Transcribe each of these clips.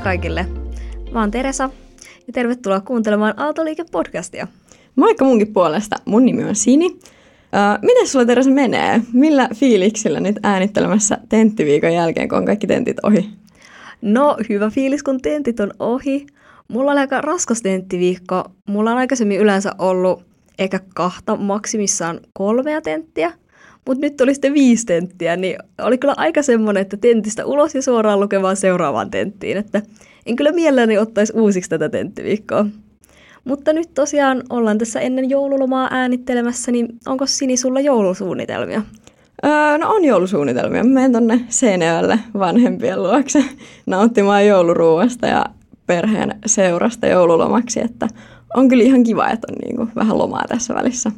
kaikille. Mä oon Teresa ja tervetuloa kuuntelemaan Aaltoliike-podcastia. Moikka munkin puolesta. Mun nimi on Sini. Miten sulla, Teresa, menee? Millä fiiliksillä nyt äänittelemässä tenttiviikon jälkeen, kun on kaikki tentit ohi? No, hyvä fiilis, kun tentit on ohi. Mulla oli aika raskas tenttiviikko. Mulla on aikaisemmin yleensä ollut ehkä 2, maksimissaan 3 tenttiä. Mutta nyt oli sitten 5 tenttiä, niin oli kyllä aika semmoinen, että tentistä ulos ja suoraan lukemaan seuraavaan tenttiin. Että en kyllä mielelläni ottaisi uusiksi tätä tenttiviikkoa. Mutta nyt tosiaan ollaan tässä ennen joululomaa äänittelemässä, niin onko Sini sulla joulusuunnitelmia? No on joulusuunnitelmia. Mä menen tonne Seinäjoelle vanhempien luokse nauttimaan jouluruuasta ja perheen seurasta joululomaksi. Että on kyllä ihan kiva, että on niinku vähän lomaa tässä välissä.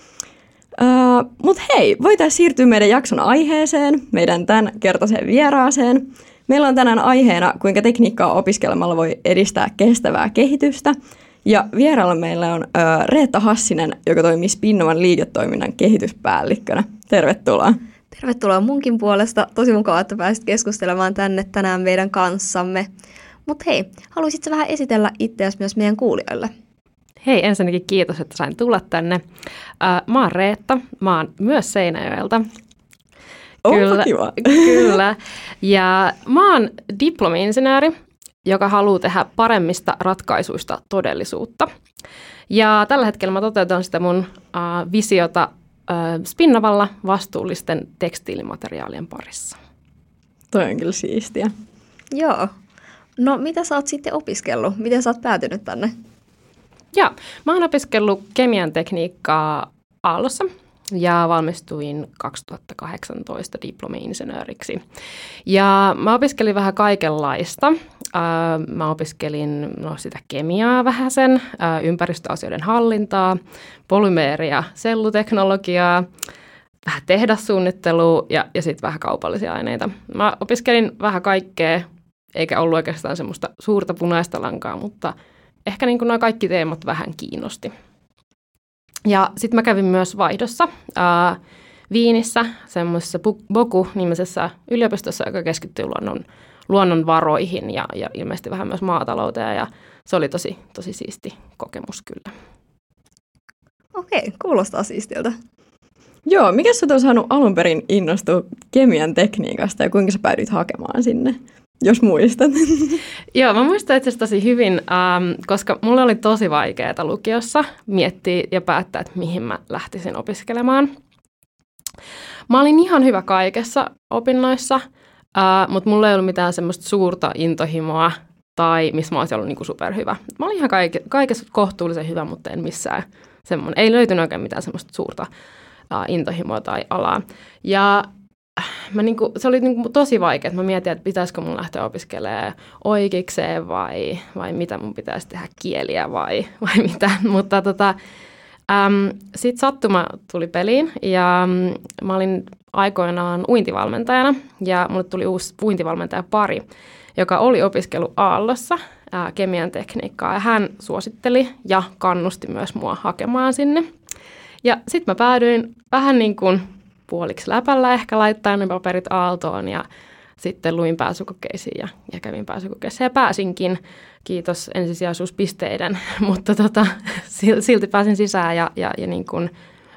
Mutta hei, voitaisiin siirtyä meidän jakson aiheeseen, meidän tämän kertaiseen vieraaseen. Meillä on tänään aiheena, kuinka tekniikkaa opiskelemalla voi edistää kestävää kehitystä. Ja vieraalla meillä on Reetta Hassinen, joka toimii Spinnovan liiketoiminnan kehityspäällikkönä. Tervetuloa. Tervetuloa munkin puolesta. Tosi mukavaa, että pääsit keskustelemaan tänne tänään meidän kanssamme. Mutta hei, haluaisitko vähän esitellä itseäsi myös meidän kuulijoille? Hei, ensinnäkin kiitos, että sain tulla tänne. Mä oon Reetta, mä oon myös Seinäjoelta. Onpa kiva. Kyllä. Ja mä oon diplomi-insinööri, joka haluaa tehdä paremmista ratkaisuista todellisuutta. Ja tällä hetkellä mä toteutan sitä mun visiota Spinnovalla vastuullisten tekstiilimateriaalien parissa. Toi on kyllä siistiä. Joo. No mitä sä oot sitten opiskellut? Miten sä oot päätynyt tänne? Joo, mä oon opiskellut kemian tekniikkaa Aallossa ja valmistuin 2018 diplomi-insinööriksi. Ja mä opiskelin vähän kaikenlaista. Mä opiskelin sitä kemiaa vähäsen, ympäristöasioiden hallintaa, polymeeria, selluteknologiaa, vähän tehdassuunnittelua ja sitten vähän kaupallisia aineita. Mä opiskelin vähän kaikkea, eikä ollut oikeastaan semmoista suurta punaista lankaa, mutta ehkä niin kuin nuo kaikki teemat vähän kiinnosti. Ja sitten mä kävin myös vaihdossa Viinissä, semmoisessa Boku-nimisessä yliopistossa, joka keskittyy luonnonvaroihin ja ilmeisesti vähän myös maatalouteen. Ja se oli tosi siisti kokemus kyllä. Okei, kuulostaa siistiltä. Joo, mikä sä oot saanut alun perin innostua kemian tekniikasta ja kuinka sä päädyit hakemaan sinne? Jos muistat. Joo, mä muistan itse asiassa tosi hyvin, koska mulle oli tosi vaikeaa lukiossa miettiä ja päättää, että mihin mä lähtisin opiskelemaan. Mä olin ihan hyvä kaikessa opinnoissa, mutta mulla ei ollut mitään semmoista suurta intohimoa tai missä mä olisin ollut niinku superhyvä. Mä olin ihan kaikessa kohtuullisen hyvä, mutta en missään semmoinen. Ei löytynyt oikein mitään semmoista suurta intohimoa tai alaa. Ja se oli tosi vaikea, että mä mietin, että pitäisikö mun lähteä opiskelemaan oikeikseen vai mitä mun pitäisi tehdä, kieliä vai mitä. Mutta sitten sattuma tuli peliin ja mä olin aikoinaan uintivalmentajana ja mulle tuli uusi uintivalmentaja pari, joka oli opiskellut Aallossa kemian tekniikkaa ja hän suositteli ja kannusti myös mua hakemaan sinne. Ja sitten mä päädyin vähän niin kuin puoliksi läpällä ehkä laittaa ne paperit Aaltoon ja sitten luin pääsykokeisiin ja kävin pääsykokeissa ja pääsinkin, kiitos ensisijaisuuspisteiden, mutta silti pääsin sisään ja niin kuin,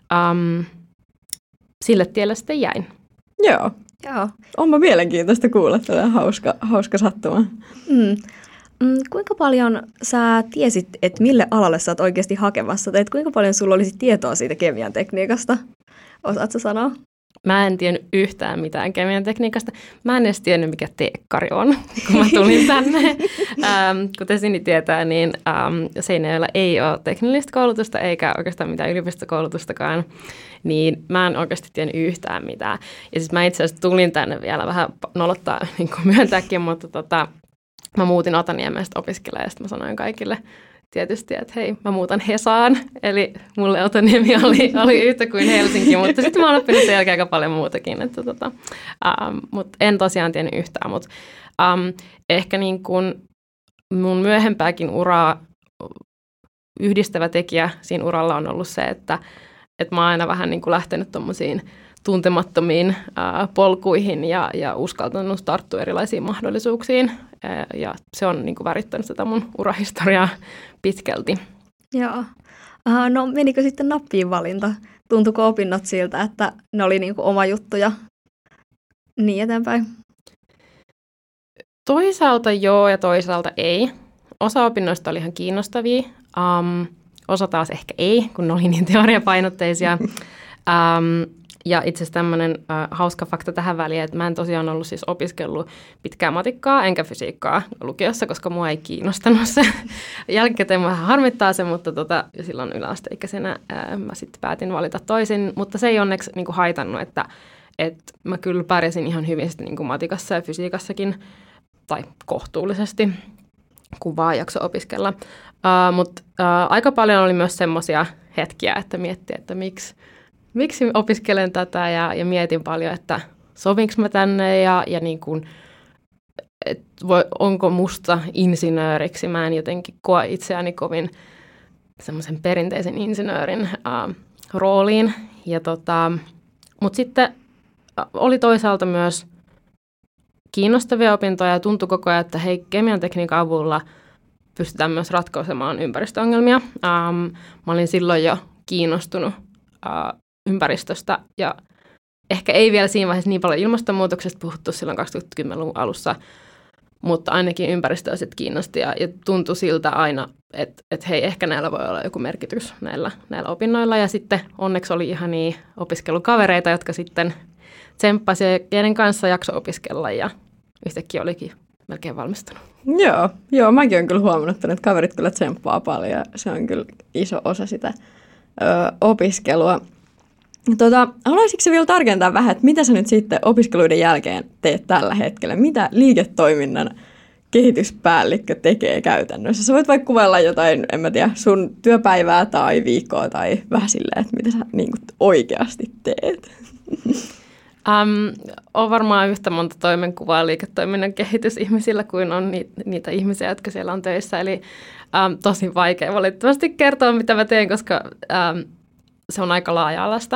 sille tielle sitten jäin. Joo. Onpa mielenkiintoista kuulla tätä hauska sattuma. Kuinka paljon sä tiesit, että mille alalle sä oot oikeasti hakemassa? Tai kuinka paljon sulla olisi tietoa siitä kemian tekniikasta? Osaatko sanoa? Mä en tiennyt yhtään mitään kemian tekniikasta. Mä en edes tiennyt, mikä teekkari on, kun mä tulin tänne. Kuten Sini tietää, niin Seinäjoella ei ole teknillistä koulutusta eikä oikeastaan mitään yliopistokoulutustakaan. Niin mä en oikeasti tiennyt yhtään mitään. Ja siis mä itse asiassa tulin tänne vielä vähän nolottaa niin kuin myöntääkin, mutta mä muutin Otaniemestä opiskelemaan ja sitten mä sanoin kaikille tietysti, että hei, mä muutan Hesaan, eli mulle Otaniemi oli yhtä kuin Helsinki, mutta sitten mä oon oppinut sen jälkeen aika paljon muutakin, mutta en tosiaan tiennyt yhtään, mutta ehkä niin kuin mun myöhempääkin uraa yhdistävä tekijä siinä uralla on ollut se, että mä oon aina vähän niin kuin lähtenyt tommosiin tuntemattomiin polkuihin ja uskaltanut tarttua erilaisiin mahdollisuuksiin. ja se on niin kuin värittänyt tätä mun urahistoriaa pitkälti. Joo. No menikö sitten nappiin valinta? Tuntuiko opinnot siltä, että ne oli niin kuin oma juttu ja niin eteenpäin? Toisaalta joo ja toisaalta ei. Osa opinnoista oli ihan kiinnostavia, osa taas ehkä ei, kun ne oli niin teoriapainotteisia. Ja itse asiassa tämmöinen hauska fakta tähän väliin, että mä en tosiaan ollut siis opiskellut pitkää matikkaa enkä fysiikkaa lukiossa, koska mua ei kiinnostanut se. Jälkikäteen vähän harmittaa se, mutta silloin yläasteikäisenä mä sitten päätin valita toisin. Mutta se ei onneksi niin kuin haitannut, että mä kyllä pärjäsin ihan hyvin niin kuin matikassa ja fysiikassakin, tai kohtuullisesti, kun vaan jakso opiskella. Mutta aika paljon oli myös semmoisia hetkiä, että miettii, että miksi opiskelen tätä ja mietin paljon, että sovinko mä tänne ja niin kuin, onko musta insinööriksi. Mä en jotenkin koe itseäni kovin semmoisen perinteisen insinöörin rooliin. Mutta sitten oli toisaalta myös kiinnostavia opintoja ja tuntui koko ajan, että hei, kemian tekniikan avulla pystytään myös ratkaisemaan ympäristöongelmia. Mä olin silloin jo kiinnostunut ympäristöstä ja ehkä ei vielä siinä vaiheessa niin paljon ilmastonmuutoksesta puhuttu silloin 2010-luvun alussa, mutta ainakin ympäristöä sitten kiinnosti ja tuntui siltä aina, että hei, ehkä näillä voi olla joku merkitys näillä opinnoilla. Ja sitten onneksi oli ihania opiskelukavereita, jotka sitten tsemppasi ja kenen kanssa jakso opiskella ja yhtäkkiä olikin melkein valmistunut. Joo, mäkin olen kyllä huomannut, että kaverit kyllä tsemppaa paljon ja se on kyllä iso osa sitä opiskelua. Haluaisitko vielä tarkentaa vähän, että mitä sä nyt sitten opiskeluiden jälkeen teet tällä hetkellä? Mitä liiketoiminnan kehityspäällikkö tekee käytännössä? Sä voit vaikka kuvailla jotain, en mä tiedä, sun työpäivää tai viikkoa tai vähän silleen, että mitä sä niin kuin oikeasti teet. On varmaan yhtä monta toimenkuvaa liiketoiminnan kehitysihmisillä kuin on niitä ihmisiä, jotka siellä on töissä. Eli tosi vaikea valitettavasti kertoa, mitä mä teen, koska se on aika laaja-alasta.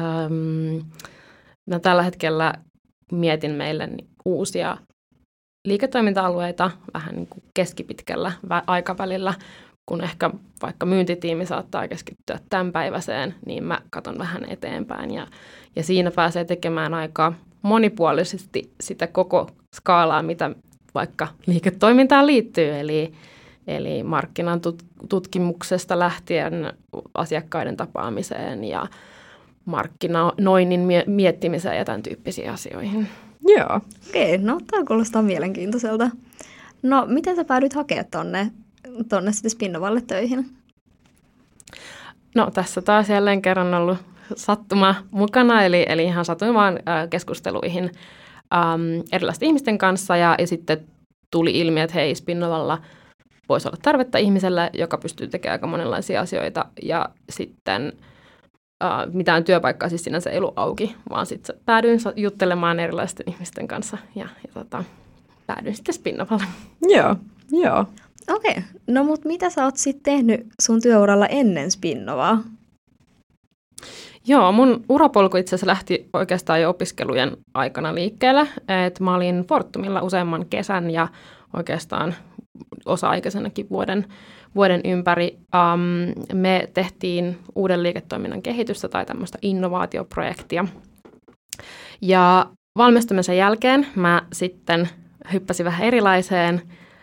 Mä tällä hetkellä mietin meille uusia liiketoiminta-alueita vähän niin kuin keskipitkällä aikavälillä, kun ehkä vaikka myyntitiimi saattaa keskittyä tämänpäiväiseen, niin mä katson vähän eteenpäin. Ja siinä pääsee tekemään aika monipuolisesti sitä koko skaalaa, mitä vaikka liiketoimintaan liittyy, eli markkinan tutkimuksesta lähtien asiakkaiden tapaamiseen ja markkinoinnin miettimiseen ja tämän tyyppisiin asioihin. Joo. Okei, no tämä kuulostaa mielenkiintoiselta. No, miten sä päädyit hakemaan tonne sitten Spinnovalle töihin? No, tässä taas jälleen kerran ollut sattuma mukana, eli ihan satuin vaan keskusteluihin erilaisten ihmisten kanssa ja sitten tuli ilmi, että hei, Spinnovalla voisi olla tarvetta ihmiselle, joka pystyy tekemään aika monenlaisia asioita ja sitten mitään työpaikkaa siis sinänsä ei ollut auki, vaan sitten päädyin juttelemaan erilaisten ihmisten kanssa ja päädyin sitten Spinnovalle. Joo. Okei, no mutta mitä sä oot sitten tehnyt sun työuralla ennen Spinnovaa? Joo, mun urapolku itse asiassa lähti oikeastaan jo opiskelujen aikana liikkeelle. Et mä olin Fortumilla useamman kesän ja oikeastaan osa-aikaisenakin vuoden ympäri. Me tehtiin uuden liiketoiminnan kehitystä tai tämmöistä innovaatioprojektia. Ja valmistumisen jälkeen mä sitten hyppäsin vähän erilaiseen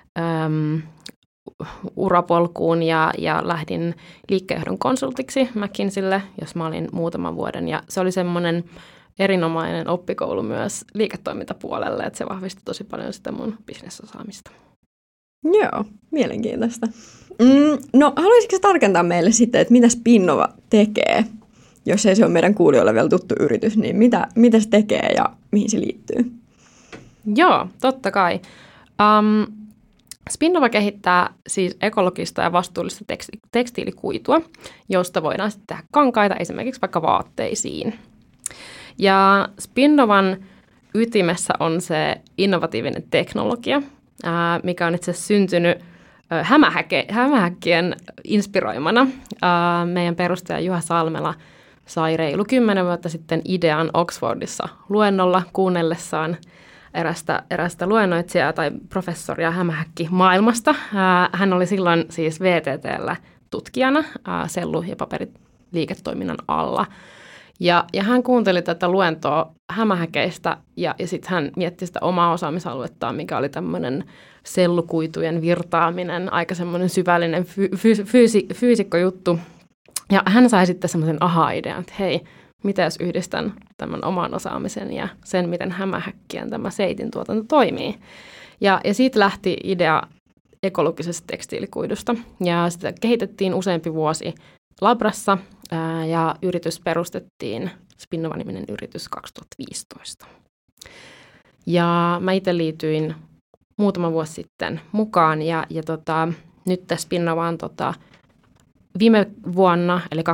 urapolkuun ja lähdin liikkeenjohdon konsultiksi McKinseylle, jos mä olin muutaman vuoden. Ja se oli semmoinen erinomainen oppikoulu myös liiketoimintapuolelle, että se vahvisti tosi paljon sitä mun bisnesosaamista. Joo, mielenkiintoista. No, haluaisitko tarkentaa meille sitten, että mitä Spinnova tekee, jos ei se ole meidän kuulijoille vielä tuttu yritys, niin mitä se tekee ja mihin se liittyy? Joo, totta kai. Spinnova kehittää siis ekologista ja vastuullista tekstiilikuitua, josta voidaan sitten tehdä kankaita esimerkiksi vaikka vaatteisiin. Ja Spinnovan ytimessä on se innovatiivinen teknologia, mikä on itse asiassa syntynyt hämähäkkien inspiroimana. Meidän perustaja Juha Salmela sai reilu 10 vuotta sitten idean Oxfordissa luennolla kuunnellessaan erästä luennoitsijaa tai professoria hämähäkki maailmasta. Hän oli silloin siis VTT:llä tutkijana sellu- ja paperiliiketoiminnan alla. Ja hän kuunteli tätä luentoa hämähäkeistä ja sitten hän mietti sitä omaa osaamisaluettaan, mikä oli tämmöinen sellukuitujen virtaaminen, aika semmoinen syvällinen fyysikkojuttu. Ja hän sai sitten semmoisen aha-idean, että hei, mitä jos yhdistän tämän oman osaamisen ja sen, miten hämähäkkien tämä seitin tuotanto toimii. Ja siitä lähti idea ekologisesta tekstiilikuidusta. Ja sitä kehitettiin useampi vuosi Labrassa ja yritys perustettiin, Spinnova-niminen yritys, 2015. Ja mä itse liityin muutama vuosi sitten mukaan ja nyt tässä Spinnova on viime vuonna, eli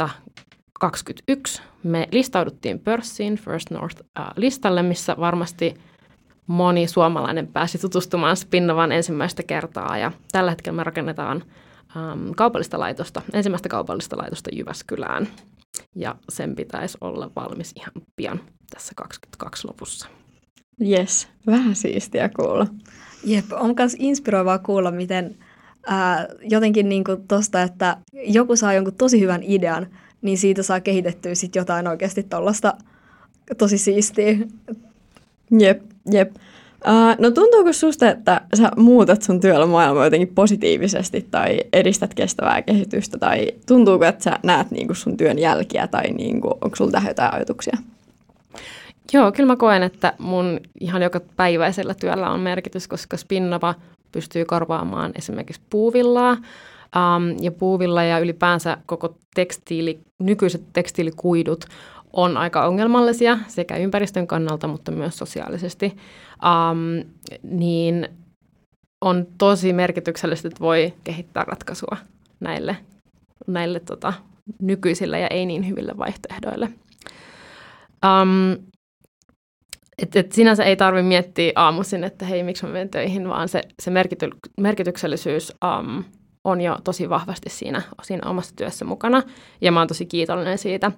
2021, me listauduttiin pörssiin First North-listalle, missä varmasti moni suomalainen pääsi tutustumaan Spinnovan ensimmäistä kertaa. Ja tällä hetkellä me rakennetaan ensimmäistä kaupallista laitosta Jyväskylään. Ja sen pitäisi olla valmis ihan pian tässä 2022 lopussa. Jes, vähän siistiä kuulla. Jep, on myös inspiroivaa kuulla, miten jotenkin niin kuin tosta, että joku saa jonkun tosi hyvän idean, niin siitä saa kehitettyä sit jotain oikeasti tollaista tosi siistiä. Jep. No tuntuuko susta, että sä muutat sun työllä maailmaa jotenkin positiivisesti tai edistät kestävää kehitystä, tai tuntuuko, että sä näet niinku sun työn jälkiä, tai niinku, onko sulla tähän jotain ajatuksia? Joo, kyllä mä koen, että mun ihan joka päiväisellä työllä on merkitys, koska Spinnova pystyy korvaamaan esimerkiksi puuvillaa, ja puuvilla ja ylipäänsä koko nykyiset tekstiilikuidut on aika ongelmallisia sekä ympäristön kannalta, mutta myös sosiaalisesti, niin on tosi merkityksellistä, että voi kehittää ratkaisua näille nykyisille ja ei niin hyville vaihtoehdoille. Sinänsä ei tarvitse miettiä aamuisin, että hei, miksi mä menen töihin, vaan se merkityksellisyys on jo tosi vahvasti siinä omassa työssä mukana, ja mä oon tosi kiitollinen siitä.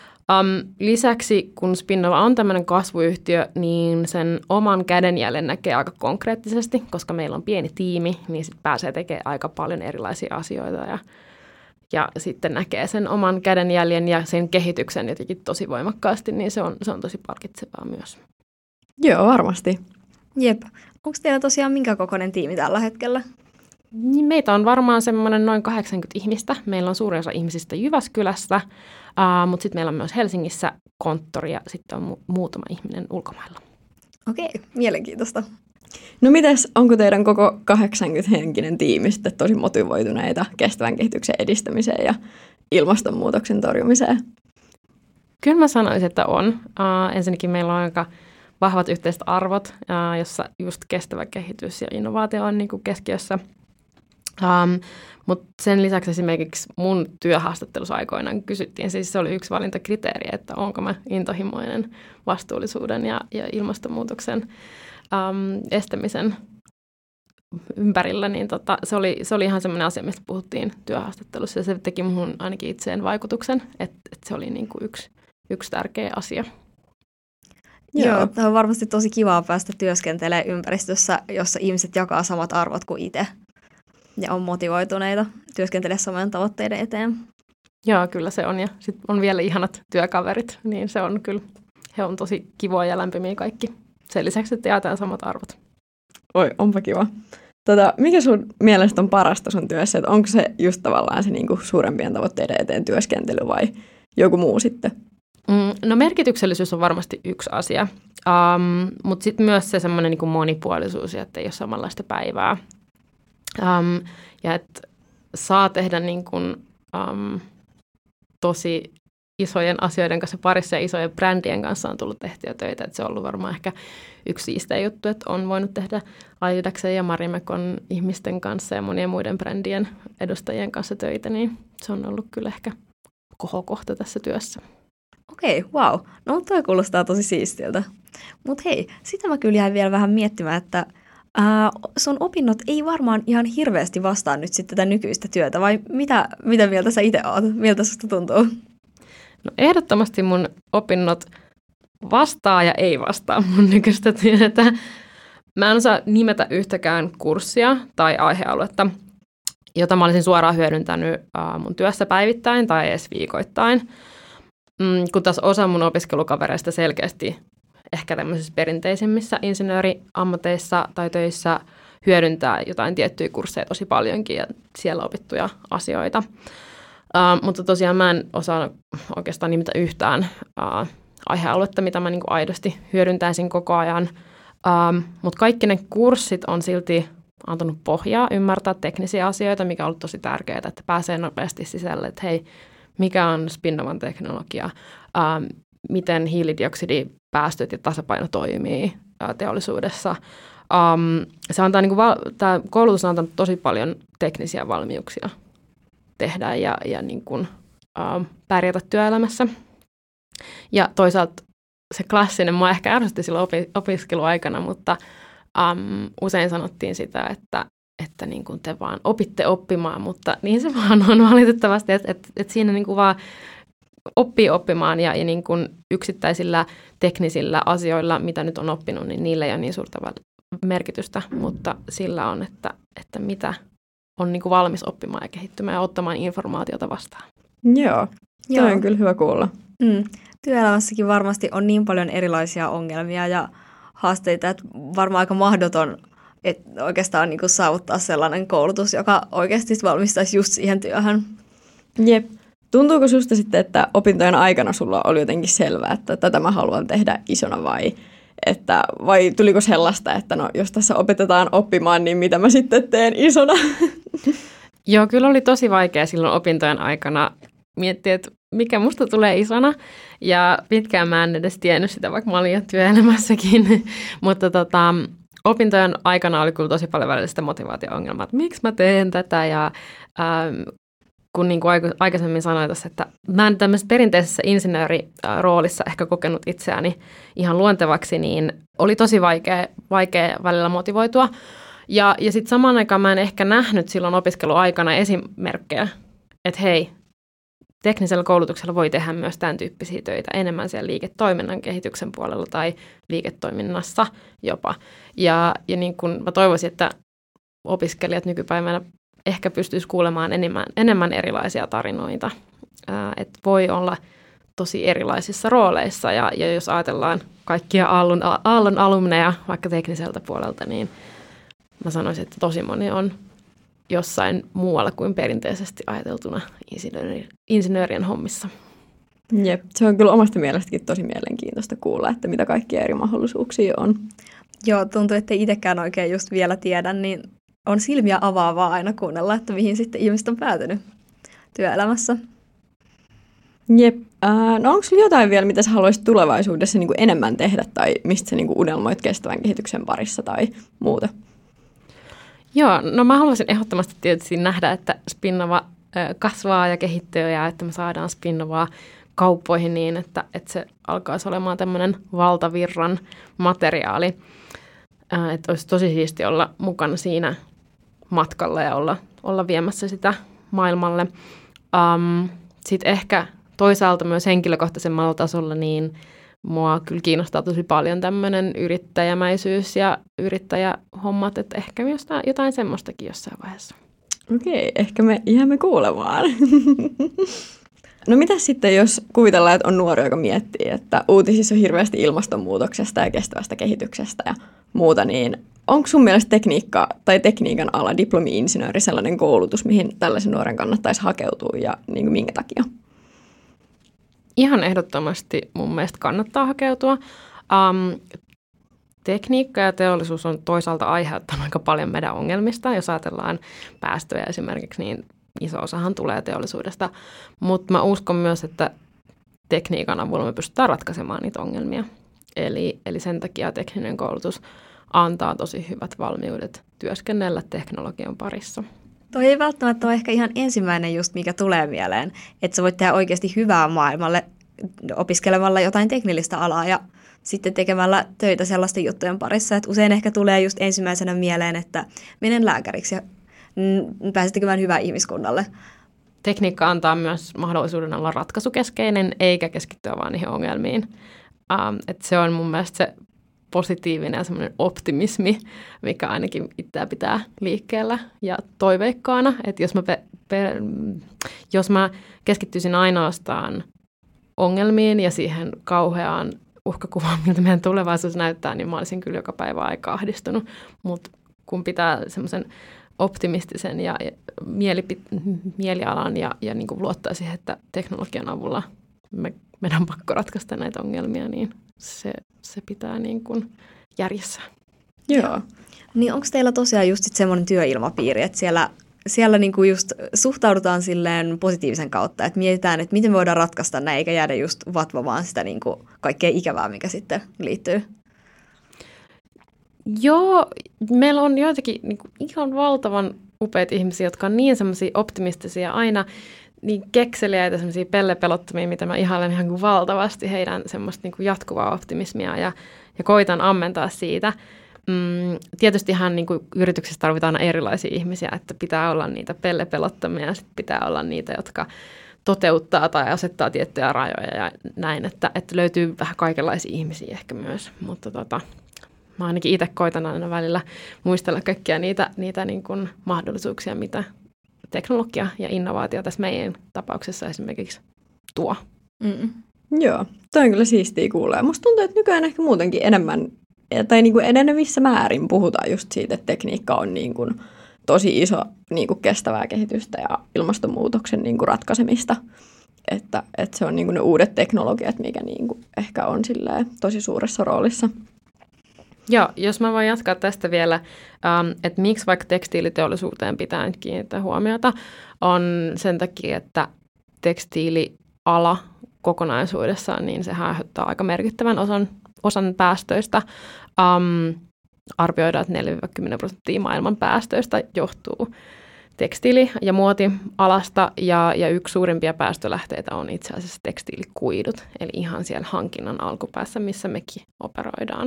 Lisäksi, kun Spinnova on tämmöinen kasvuyhtiö, niin sen oman kädenjäljen näkee aika konkreettisesti, koska meillä on pieni tiimi, niin sit pääsee tekemään aika paljon erilaisia asioita, ja sitten näkee sen oman kädenjäljen ja sen kehityksen jotenkin tosi voimakkaasti, niin se on tosi palkitsevaa myös. Joo, varmasti. Jep. Onko teillä tosiaan minkä kokoinen tiimi tällä hetkellä? Niin meitä on varmaan semmoinen noin 80 ihmistä. Meillä on suurin osa ihmisistä Jyväskylässä, mutta sitten meillä on myös Helsingissä konttori ja sitten on muutama ihminen ulkomailla. Okei, mielenkiintoista. No mites, onko teidän koko 80-henkinen tiimi sitten tosi motivoituneita kestävän kehityksen edistämiseen ja ilmastonmuutoksen torjumiseen? Kyllä mä sanoisin, että on. Ensinnäkin meillä on aika vahvat yhteiset arvot, jossa just kestävä kehitys ja innovaatio on niin kuin keskiössä. Mutta sen lisäksi esimerkiksi mun työhaastattelussa aikoinaan kysyttiin, siis se oli yksi valintakriteeri, että onko mä intohimoinen vastuullisuuden ja ilmastonmuutoksen estämisen ympärillä, niin se oli ihan semmoinen asia, mistä puhuttiin työhaastattelussa, ja se teki mun ainakin itseen vaikutuksen, että se oli niin kuin yksi tärkeä asia. Joo, tämä on varmasti tosi kivaa päästä työskentelemään ympäristössä, jossa ihmiset jakaa samat arvot kuin itse ja on motivoituneita työskentelemään samojen tavoitteiden eteen. Joo, kyllä se on. Ja sitten on vielä ihanat työkaverit, niin se on kyllä, he on tosi kivoja ja lämpimiä kaikki. Sen lisäksi, että jaetaan samat arvot. Oi, onpa kiva. Mikä sun mielestä on parasta sun työssä? Että onko se just tavallaan se niinku suurempien tavoitteiden eteen työskentely vai joku muu sitten? No merkityksellisyys on varmasti yksi asia, mutta sitten myös se semmoinen niinku monipuolisuus, että ei ole samanlaista päivää. Ja että saa tehdä niin kuin, tosi isojen asioiden kanssa parissa ja isojen brändien kanssa on tullut tehtyä töitä. Että se on ollut varmaan ehkä yksi siisteä juttu, että on voinut tehdä Adidaksen ja Marimekon ihmisten kanssa ja monien muiden brändien edustajien kanssa töitä, niin se on ollut kyllä ehkä kohokohta tässä työssä. Okei, wow. No toi kuulostaa tosi siistiltä. Mutta hei, sitä mä kyllä jäin vielä vähän miettimään, että sun opinnot ei varmaan ihan hirveästi vastaa nyt sitten tätä nykyistä työtä, vai mitä mieltä sä itse oot? Miltä susta tuntuu? No ehdottomasti mun opinnot vastaa ja ei vastaa mun nykyistä työtä. Mä en osaa nimetä yhtäkään kurssia tai aihealuetta, jota mä olisin suoraan hyödyntänyt mun työssä päivittäin tai edes viikoittain. Kun taas osa mun opiskelukavereista selkeästi ehkä tämmöisissä perinteisimmissä insinööriammateissa tai töissä hyödyntää jotain tiettyjä kursseja tosi paljonkin ja siellä opittuja asioita. Mutta tosiaan mä en osaa oikeastaan nimetä yhtään aihealuetta, mitä mä niinku aidosti hyödyntäisin koko ajan. Mutta kaikki ne kurssit on silti antanut pohjaa ymmärtää teknisiä asioita, mikä on ollut tosi tärkeää, että pääsee nopeasti sisälle, että hei, mikä on spinnovan teknologia, miten hiilidioksidipäästöt ja tasapaino toimii teollisuudessa. Se antaa, tämä koulutus on antanut tosi paljon teknisiä valmiuksia tehdä ja niin kuin, pärjätä työelämässä. Ja toisaalta se klassinen, mua ehkä ärsytti silloin opiskeluaikana, mutta usein sanottiin sitä, että niin kuin te vaan opitte oppimaan, mutta niin se vaan on valitettavasti, että siinä niin kuin vaan oppii oppimaan ja niin kuin yksittäisillä teknisillä asioilla, mitä nyt on oppinut, niin niillä ei ole niin suurta merkitystä, mutta sillä on, että mitä on niin kuin valmis oppimaan ja kehittymään ja ottamaan informaatiota vastaan. Joo, se on kyllä hyvä kuulla. Työelämässäkin varmasti on niin paljon erilaisia ongelmia ja haasteita, että varmaan aika mahdoton että oikeastaan niin kuin saavuttaa sellainen koulutus, joka oikeasti valmistaisi just siihen työhön. Jep. Tuntuuko susta sitten, että opintojen aikana sulla oli jotenkin selvää, että tätä mä haluan tehdä isona vai tuliko sellaista, että no jos tässä opetetaan oppimaan, niin mitä mä sitten teen isona? Joo, kyllä oli tosi vaikea silloin opintojen aikana miettiä, että mikä musta tulee isona. Ja pitkään mä en edes tiennyt sitä, vaikka mä olin jo työelämässäkin. Mutta opintojen aikana oli kyllä tosi paljon välillä sitä motivaatio-ongelmaa, että miksi mä teen tätä. Ja kun niin kuin aikaisemmin sanoin tuossa, että mä en tämmöisessä perinteisessä insinööriroolissa ehkä kokenut itseäni ihan luontevaksi, niin oli tosi vaikea välillä motivoitua. Ja sitten samaan aikaan mä en ehkä nähnyt silloin opiskeluaikana esimerkkejä, että hei, teknisellä koulutuksella voi tehdä myös tämän tyyppisiä töitä enemmän siellä liiketoiminnan kehityksen puolella tai liiketoiminnassa jopa. Ja niin kun mä toivoisin, että opiskelijat nykypäivänä ehkä pystyisi kuulemaan enemmän erilaisia tarinoita. Että voi olla tosi erilaisissa rooleissa ja jos ajatellaan kaikkia Aallon alumneja vaikka tekniseltä puolelta, niin mä sanoisin, että tosi moni on jossain muualla kuin perinteisesti ajateltuna insinöörien hommissa. Jep, se on kyllä omasta mielestäkin tosi mielenkiintoista kuulla, että mitä kaikkia eri mahdollisuuksia on. Joo, tuntuu, että itsekään oikein just vielä tiedä, niin on silmiä avaavaa aina kuunnella, että mihin sitten ihmiset on päätynyt työelämässä. Jep. No onko sinulla jotain vielä, mitä sä haluaisit tulevaisuudessa niin kuin enemmän tehdä tai mistä sä niin kuin unelmoit kestävän kehityksen parissa tai muuta? Joo, no mä haluaisin ehdottomasti tietysti nähdä, että Spinnova kasvaa ja kehittyy ja että me saadaan Spinnovaa kauppoihin niin, että se alkaisi olemaan tämmöinen valtavirran materiaali. Että olisi tosi siisti olla mukana siinä matkalla ja olla viemässä sitä maailmalle. Sitten ehkä toisaalta myös henkilökohtaisemmalla tasolla niin mua kyllä kiinnostaa tosi paljon tämmöinen yrittäjämäisyys ja yrittäjähommat, että ehkä myös jotain semmoistakin jossain vaiheessa. Okei, ehkä me jäämme kuulemaan. No mitä sitten, jos kuvitellaan, että on nuori, joka miettii, että uutisissa on hirveästi ilmastonmuutoksesta ja kestävästä kehityksestä ja muuta, niin onko sun mielestä tekniikka tai tekniikan ala, diplomi-insinööri sellainen koulutus, mihin tällaisen nuoren kannattaisi hakeutua ja niin kuin minkä takia? Ihan ehdottomasti mun mielestä kannattaa hakeutua. Tekniikka ja teollisuus on toisaalta aiheuttanut aika paljon meidän ongelmista. Jos ajatellaan päästöjä esimerkiksi, niin iso osahan tulee teollisuudesta. Mutta mä uskon myös, että tekniikan avulla me pystytään ratkaisemaan niitä ongelmia. Eli sen takia tekninen koulutus antaa tosi hyvät valmiudet työskennellä teknologian parissa. Toi ei välttämättä ole ehkä ihan ensimmäinen just, mikä tulee mieleen, että sä voit tehdä oikeasti hyvää maailmalle opiskelemalla jotain teknillistä alaa ja sitten tekemällä töitä sellaisten juttujen parissa. Että usein ehkä tulee just ensimmäisenä mieleen, että menen lääkäriksi ja pääset tekemään hyvää ihmiskunnalle. Tekniikka antaa myös mahdollisuuden olla ratkaisukeskeinen eikä keskittyä vaan niihin ongelmiin. Että se on mun mielestä se positiivinen ja semmoinen optimismi, mikä ainakin itseä pitää liikkeellä ja toiveikkaana. Että jos mä keskittyisin ainoastaan ongelmiin ja siihen kauheaan uhkakuvaan, miltä meidän tulevaisuus näyttää, niin mä olisin kyllä joka päivä aika ahdistunut. Mutta kun pitää semmoisen optimistisen ja mielialan ja niin kuin luottaa siihen, että teknologian avulla meidän on pakko ratkaista näitä ongelmia, niin se pitää niin kuin järjessä. Joo. Niin onko teillä tosiaan just semmoinen työilmapiiri, että siellä niinku just suhtaudutaan silleen positiivisen kautta, että mietitään, että miten me voidaan ratkaista näin, eikä jäädä just vatvomaan sitä niinku kaikkea ikävää, mikä sitten liittyy? Joo, meillä on joitakin niinku ihan valtavan upeita ihmisiä, jotka on niin semmoisia optimistisia, aina niin kekseliäitä, semmoisia pellepelottomia, mitä mä ihailen ihan valtavasti heidän semmoista niinku jatkuvaa optimismia ja koitan ammentaa siitä. Tietystihan niin kuin yrityksessä tarvitaan erilaisia ihmisiä, että pitää olla niitä pellepelottomia ja sitten pitää olla niitä, jotka toteuttaa tai asettaa tiettyjä rajoja ja näin, että löytyy vähän kaikenlaisia ihmisiä ehkä myös, mutta mä ainakin itse koitan aina välillä muistella kaikkia niitä niin kuin mahdollisuuksia, mitä teknologia ja innovaatio tässä meidän tapauksessa esimerkiksi tuo. Joo, toi on kyllä siistiä kuulee. Musta tuntuu, että nykyään ehkä muutenkin enemmän tai niin kuin enenevissä määrin puhutaan just siitä, että tekniikka on niin kuin tosi iso niin kuin kestävää kehitystä ja ilmastonmuutoksen niin kuin ratkaisemista. Että se on niin kuin ne uudet teknologiat, mikä niin kuin ehkä on tosi suuressa roolissa. Joo, jos mä voin jatkaa tästä vielä, että miksi vaikka tekstiiliteollisuuteen pitää nyt kiinnittää huomiota, on sen takia, että tekstiiliala kokonaisuudessaan, niin se aiheuttaa aika merkittävän osan päästöistä. Arvioidaan, että 4-10% maailman päästöistä johtuu tekstiili- ja muotialasta, ja yksi suurimpia päästölähteitä on itse asiassa tekstiilikuidut, eli ihan siellä hankinnan alkupäässä, missä mekin operoidaan.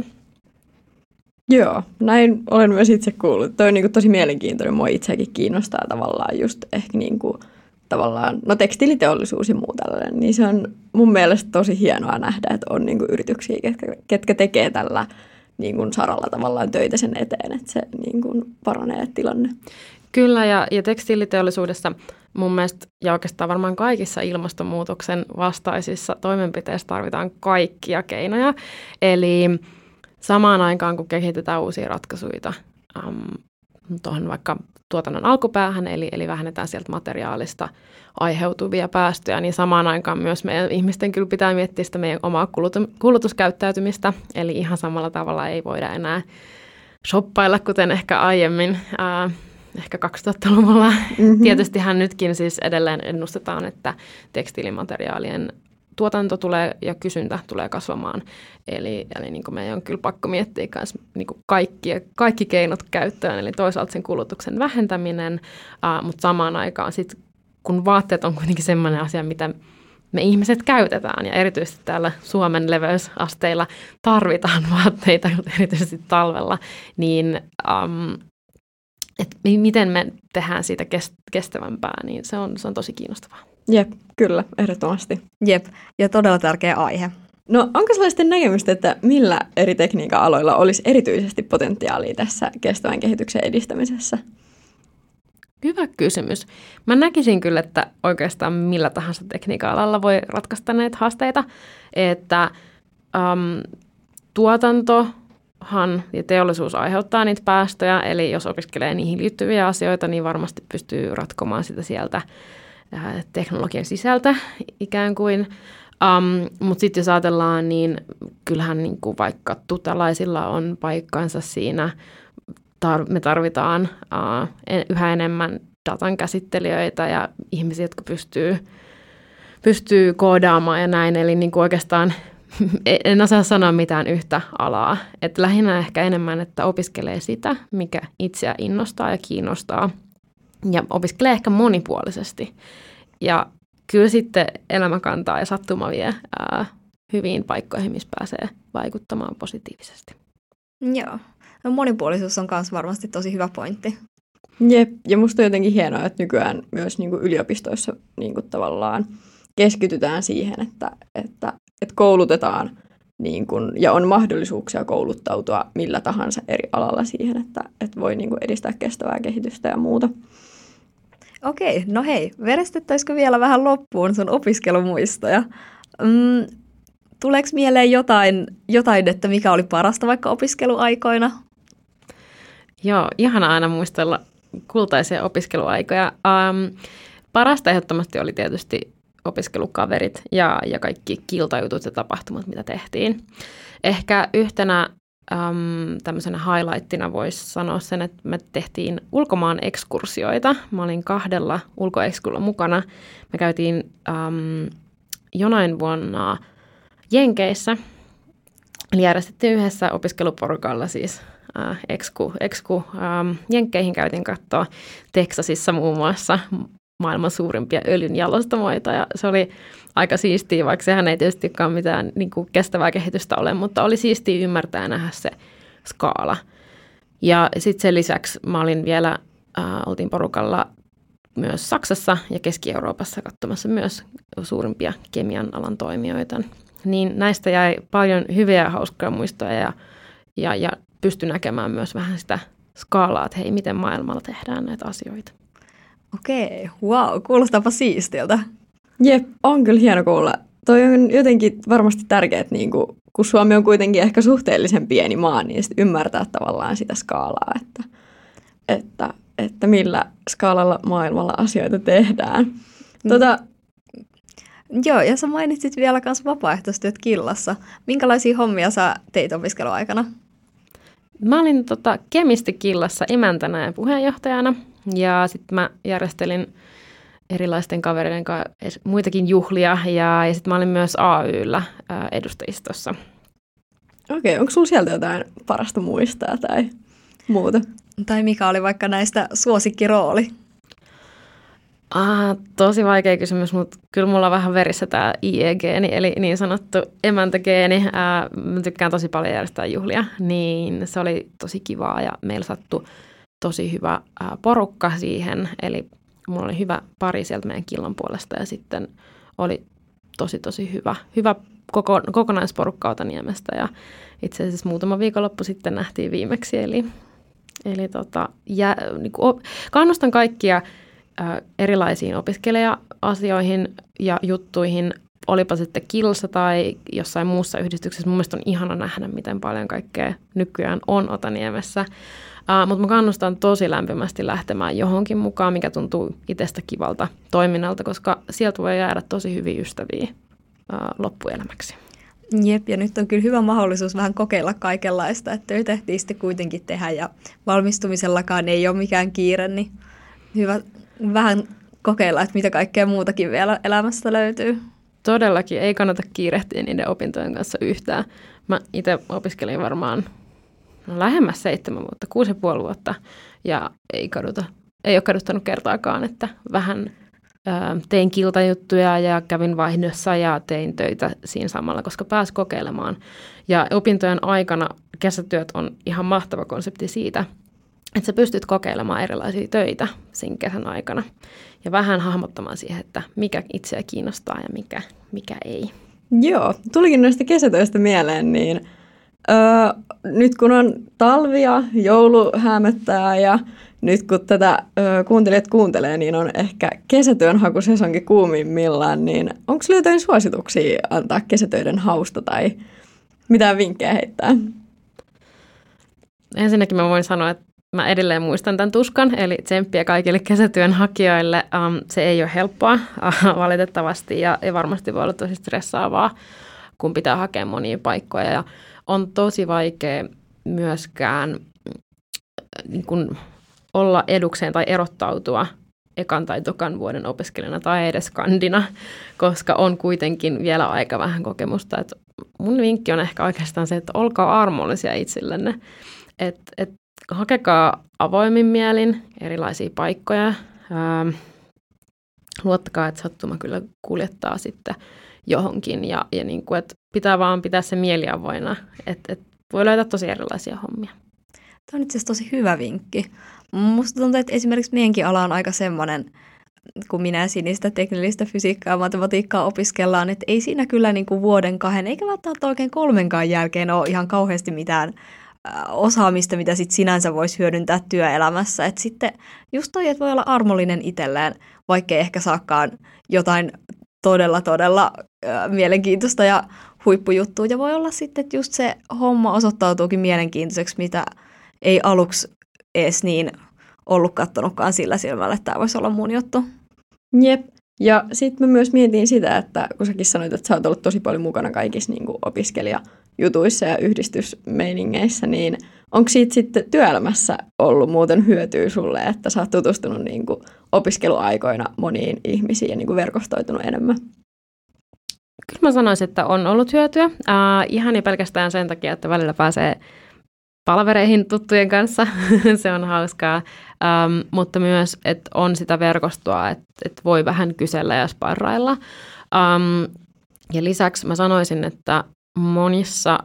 Joo, näin olen myös itse kuullut. Toi on niin kuin tosi mielenkiintoinen. Mua itseäkin kiinnostaa tavallaan just ehkä niin kuin tekstiiliteollisuus ja muu tällainen, niin se on mun mielestä tosi hienoa nähdä, että on niin kuin yrityksiä, ketkä tekee tällä niin kuin saralla tavallaan töitä sen eteen, että se niin kuin paranee tilanne. Kyllä, ja tekstiiliteollisuudessa mun mielestä, ja oikeastaan varmaan kaikissa ilmastonmuutoksen vastaisissa toimenpiteissä tarvitaan kaikkia keinoja. Eli samaan aikaan, kun kehitetään uusia ratkaisuja tuohon vaikka tuotannon alkupäähän, eli vähennetään sieltä materiaalista aiheutuvia päästöjä, niin samaan aikaan myös meidän ihmisten kyllä pitää miettiä sitä meidän omaa kulutuskäyttäytymistä, eli ihan samalla tavalla ei voida enää shoppailla, kuten ehkä aiemmin, ehkä 2000-luvulla. Tietystihän nytkin siis edelleen ennustetaan, että tekstiilimateriaalien tuotanto tulee ja kysyntä tulee kasvamaan. Eli niin kuin meidän on kyllä pakko miettiä myös niin kuin kaikki keinot käyttöön, eli toisaalta sen kulutuksen vähentäminen, mutta samaan aikaan sit, kun vaatteet on kuitenkin sellainen asia, mitä me ihmiset käytetään, ja erityisesti täällä Suomen leveysasteilla tarvitaan vaatteita, erityisesti talvella, niin että miten me tehdään siitä kestävämpää, niin se on tosi kiinnostavaa. Jep, kyllä, ehdottomasti. Jep, ja todella tärkeä aihe. No onko sellaisten näkemystä, että millä eri tekniikan aloilla olisi erityisesti potentiaalia tässä kestävän kehityksen edistämisessä? Hyvä kysymys. Mä näkisin kyllä, että oikeastaan millä tahansa tekniikan alalla voi ratkaista näitä haasteita, että tuotantohan ja teollisuus aiheuttaa niitä päästöjä, eli jos opiskelee niihin liittyviä asioita, niin varmasti pystyy ratkomaan sitä sieltä teknologian sisältä ikään kuin. Mutta sitten jos ajatellaan, niin kyllähän niin kuin vaikka tutelaisilla on paikkansa siinä. Me tarvitaan yhä enemmän datan käsittelijöitä ja ihmisiä, jotka pystyy koodaamaan ja näin. Eli niin kuin oikeastaan en osaa sanoa mitään yhtä alaa. Et lähinnä ehkä enemmän, että opiskelee sitä, mikä itseä innostaa ja kiinnostaa. Ja opiskelee ehkä monipuolisesti. Ja kyllä sitten elämä kantaa ja sattuma vie hyviin paikkoihin, missä pääsee vaikuttamaan positiivisesti. Joo. No, monipuolisuus on myös varmasti tosi hyvä pointti. Jep, ja musta on jotenkin hienoa, että nykyään myös niin kuin yliopistoissa niin kuin tavallaan keskitytään siihen, että koulutetaan niin kun, ja on mahdollisuuksia kouluttautua millä tahansa eri alalla siihen, että voi niin kun edistää kestävää kehitystä ja muuta. Okei, no hei, veristettäisikö vielä vähän loppuun sun opiskelumuistoja? Tuleeko mieleen jotain, että mikä oli parasta vaikka opiskeluaikoina? Joo, ihana aina muistella kultaisia opiskeluaikoja. Parasta ehdottomasti oli tietysti opiskelukaverit ja kaikki kiltajutut ja tapahtumat, mitä tehtiin. Ehkä yhtenä tämmöisenä highlightina voisi sanoa sen, että me tehtiin ulkomaan ekskursioita. Mä olin 2 ulkoekskursiolla mukana. Me käytiin jonain vuonna Jenkeissä. Eli järjestettiin yhdessä opiskeluporukalla siis Jenkkeihin käytiin katsoa Teksasissa muun muassa maailman suurimpia öljynjalostamoita ja se oli aika siistiä, vaikka sehän ei tietystikään mitään niin kuin kestävää kehitystä ole, mutta oli siistiä ymmärtää ja nähdä se skaala. Ja sitten sen lisäksi mä olin vielä, oltiin porukalla myös Saksassa ja Keski-Euroopassa katsomassa myös suurimpia kemian alan toimijoita. Niin näistä jäi paljon hyviä ja hauskoja muistoja ja pystyi näkemään myös vähän sitä skaalaa, että hei, miten maailmalla tehdään näitä asioita. Okei, wow, kuulostaapa siistiltä. Jep, on kyllä hieno kuulla. Toi on jotenkin varmasti tärkeää, että niinku, kun Suomi on kuitenkin ehkä suhteellisen pieni maa, niin sit ymmärtää tavallaan sitä skaalaa, että millä skaalalla maailmalla asioita tehdään. Joo, ja sä mainitsit vielä myös vapaaehtoistyöt Killassa. Minkälaisia hommia sä teit opiskeluaikana? Mä olin Kemisti-Killassa emäntänä ja puheenjohtajana ja sitten mä järjestelin erilaisten kavereiden kanssa muitakin juhlia ja sitten mä olin myös AY:llä edustajistossa. Okei, onko sulla sieltä jotain parasta muistaa tai muuta? Tai mikä oli vaikka näistä suosikkirooli? Tosi vaikea kysymys, mutta kyllä mulla on vähän verissä tämä IE-geeni, eli niin sanottu emäntägeeni. Mä tykkään tosi paljon järjestää juhlia, niin se oli tosi kivaa ja meillä sattui tosi hyvä porukka siihen. Eli mulla oli hyvä pari sieltä meidän Killan puolesta ja sitten oli tosi hyvä kokonaisporukka Otaniemestä ja itse asiassa muutama viikonloppu sitten nähtiin viimeksi. Eli kannustan kaikkia erilaisiin opiskelija-asioihin ja juttuihin, olipa sitten Killassa tai jossain muussa yhdistyksessä. Mun mielestä on ihana nähdä, miten paljon kaikkea nykyään on Otaniemessä. Mutta mä kannustan tosi lämpimästi lähtemään johonkin mukaan, mikä tuntuu itsestä kivalta toiminnalta, koska sieltä voi jäädä tosi hyviä ystäviä loppuelämäksi. Jep, ja nyt on kyllä hyvä mahdollisuus vähän kokeilla kaikenlaista, että töitä ehtii sitten kuitenkin tehdä ja valmistumisellakaan ei ole mikään kiire, niin hyvä vähän kokeilla, että mitä kaikkea muutakin vielä elämästä löytyy. Todellakin, ei kannata kiirehtiä niiden opintojen kanssa yhtään. Mä itse opiskelin varmaan lähemmäs 7 vuotta, 6,5 vuotta, ja ei ole kaduttanut kertaakaan, että vähän tein kiltajuttuja ja kävin vaihdossa ja tein töitä siinä samalla, koska pääsi kokeilemaan. Ja opintojen aikana kesätyöt on ihan mahtava konsepti siitä, että sä pystyt kokeilemaan erilaisia töitä sen kesän aikana ja vähän hahmottamaan siihen, että mikä itseä kiinnostaa ja mikä ei. Joo, tulikin noista kesätöistä mieleen, niin nyt kun on talvi ja joulu häämöttää ja nyt kun tätä kuuntelijat kuuntelee, niin on ehkä kesätyönhakusesonkin kuumimmillaan, niin onko sinulla jotain suosituksia antaa kesätöiden hausta tai mitään vinkkejä heittää? Ensinnäkin mä voin sanoa, että mä edelleen muistan tämän tuskan, eli tsemppiä kaikille kesätyönhakijoille. Se ei ole helppoa valitettavasti ja varmasti voi olla tosi stressaavaa, kun pitää hakea monia paikkoja. Ja on tosi vaikea myöskään niin kun olla edukseen tai erottautua ekan tai tokan vuoden opiskelijana tai edes kandina, koska on kuitenkin vielä aika vähän kokemusta. Et mun vinkki on ehkä oikeastaan se, että olkaa armollisia itsellenne. Hakekaa avoimin mielin erilaisia paikkoja. Luottakaa, että sattuma kyllä kuljettaa sitten johonkin. Ja niin kuin, että pitää vaan pitää se mieli avoinna. Että voi löytää tosi erilaisia hommia. Tämä on itse asiassa tosi hyvä vinkki. Musta tuntuu, että esimerkiksi meidänkin ala on aika semmoinen kun minä ja Sini sitä teknillistä fysiikkaa ja matematiikkaa opiskellaan, että ei siinä kyllä niin kuin vuoden, kahden, eikä välttämättä oikein 3 jälkeen ole ihan kauheasti mitään osaamista, mitä sit sinänsä voisi hyödyntää työelämässä. Et sitten just toi, että voi olla armollinen itselleen, vaikkei ehkä saakaan jotain todella mielenkiintoista ja huippujuttua. Ja voi olla sitten, että just se homma osoittautuukin mielenkiintoiseksi, mitä ei aluksi edes niin ollut kattonutkaan sillä silmällä, että tämä voisi olla mun juttu. Jep. Ja sitten mä myös mietin sitä, että kun säkin sanoit, että sä oot ollut tosi paljon mukana kaikissa niin kuin opiskelijajutuissa ja yhdistysmeiningeissä, niin onko siitä sitten työelämässä ollut muuten hyötyä sulle, että sä oot tutustunut niin kuin opiskeluaikoina moniin ihmisiin ja niin kuin verkostoitunut enemmän? Kyllä mä sanoisin, että on ollut hyötyä. Ihan ja pelkästään sen takia, että välillä pääsee palavereihin tuttujen kanssa. Se on hauskaa. Mutta myös, että on sitä verkostoa, että voi vähän kysellä ja sparrailla. Ja lisäksi mä sanoisin, että monissa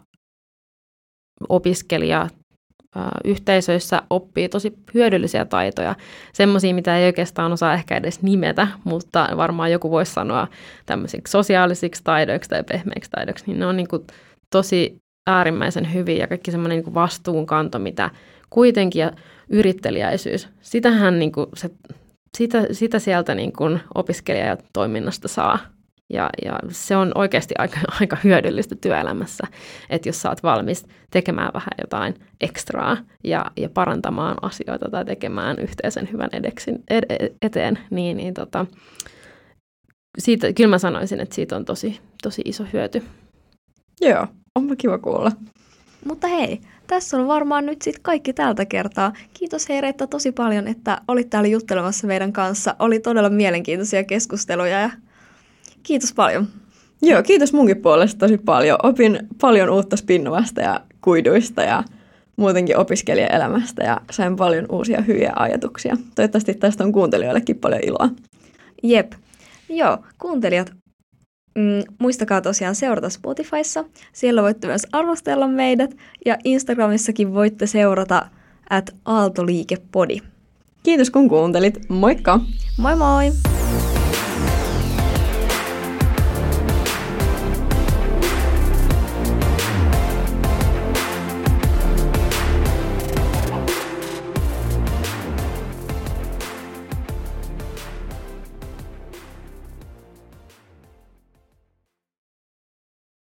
opiskelijayhteisöissä oppii tosi hyödyllisiä taitoja. Semmoisia, mitä ei oikeastaan osaa ehkä edes nimetä, mutta varmaan joku voisi sanoa tämmöisiksi sosiaalisiksi taidoiksi tai pehmeiksi taidoiksi, niin ne on niin kuin tosi äärimmäisen hyviä ja kaikki semmoinen niin kuin vastuunkanto, mitä kuitenkin ja yritteliäisyys, sitähän niin kuin sitä sieltä niin kuin opiskelijatoiminnasta saa. Ja se on oikeasti aika hyödyllistä työelämässä, että jos sä oot valmis tekemään vähän jotain ekstraa ja parantamaan asioita tai tekemään yhteisen hyvän eteen, niin siitä, kyllä mä sanoisin, että siitä on tosi iso hyöty. Joo, onpa kiva kuulla. Mutta hei, tässä on varmaan nyt sitten kaikki tältä kertaa. Kiitos hei Reetta tosi paljon, että olit täällä juttelemassa meidän kanssa. Oli todella mielenkiintoisia keskusteluja ja kiitos paljon. Joo, kiitos munkin puolesta tosi paljon. Opin paljon uutta spinnuvasta ja kuiduista ja muutenkin opiskelijaelämästä ja sain paljon uusia hyviä ajatuksia. Toivottavasti tästä on kuuntelijoillekin paljon iloa. Jep. Joo, kuuntelijat, muistakaa tosiaan seurata Spotifyssa. Siellä voitte myös arvostella meidät ja Instagramissakin voitte seurata @aaltoliikepodi. Kiitos kun kuuntelit. Moikka! Moi moi!